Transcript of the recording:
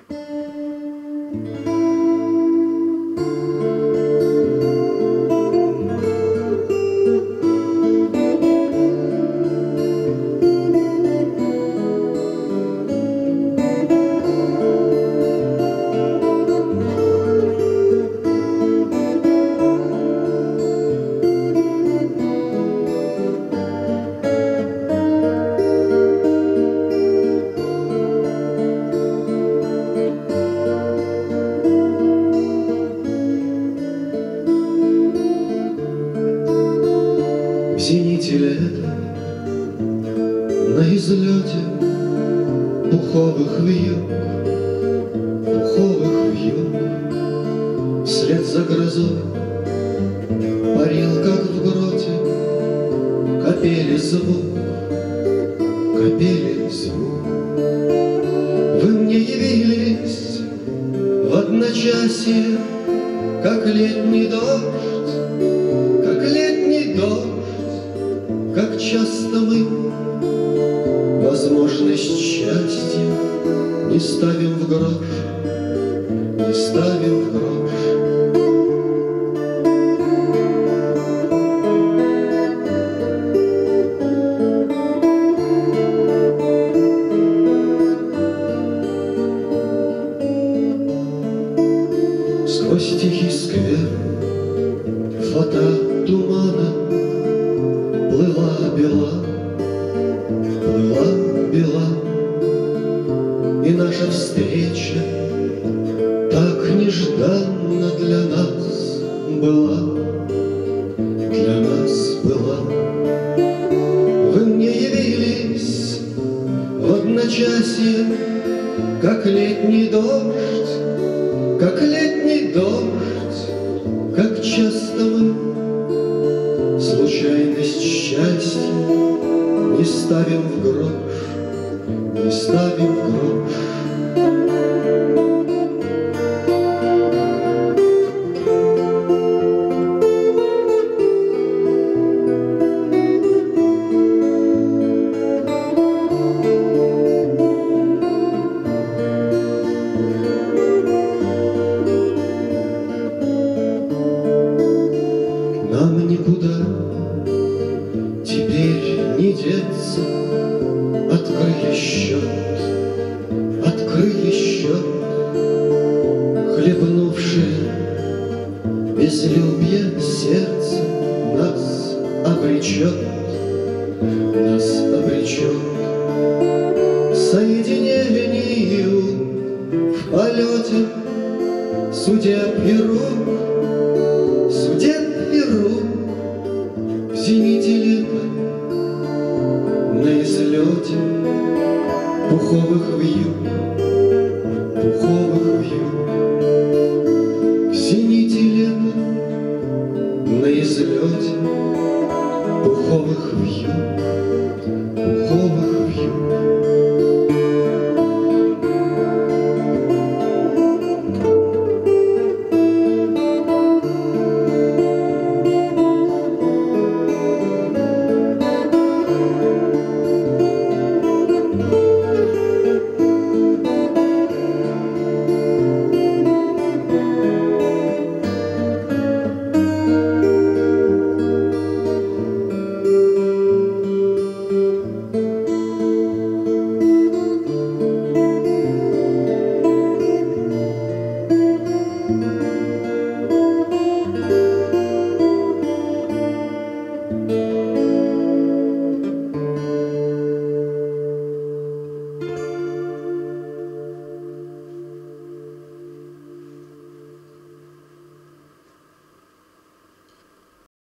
В зените лета, на излете пуховых вьюг, вслед за грозой парил, как в гроте, капели звук. Вы мне явились в одночасье, как летний дождь, как часто мы возможность счастья не ставим в грош, не ставим в грош. Сквозь тихий сквер фата тумана плыла бела, и наша встреча так нежданно для нас была. Вы мне явились в одночасье, как летний дождь, как часто мы случайность счастья не ставим в грош, не ставим в грош. Нам никуда теперь не деться, открыли счет, хлебнувшее безлюбье сердце нас обречет. Соединению в полете судеб и рук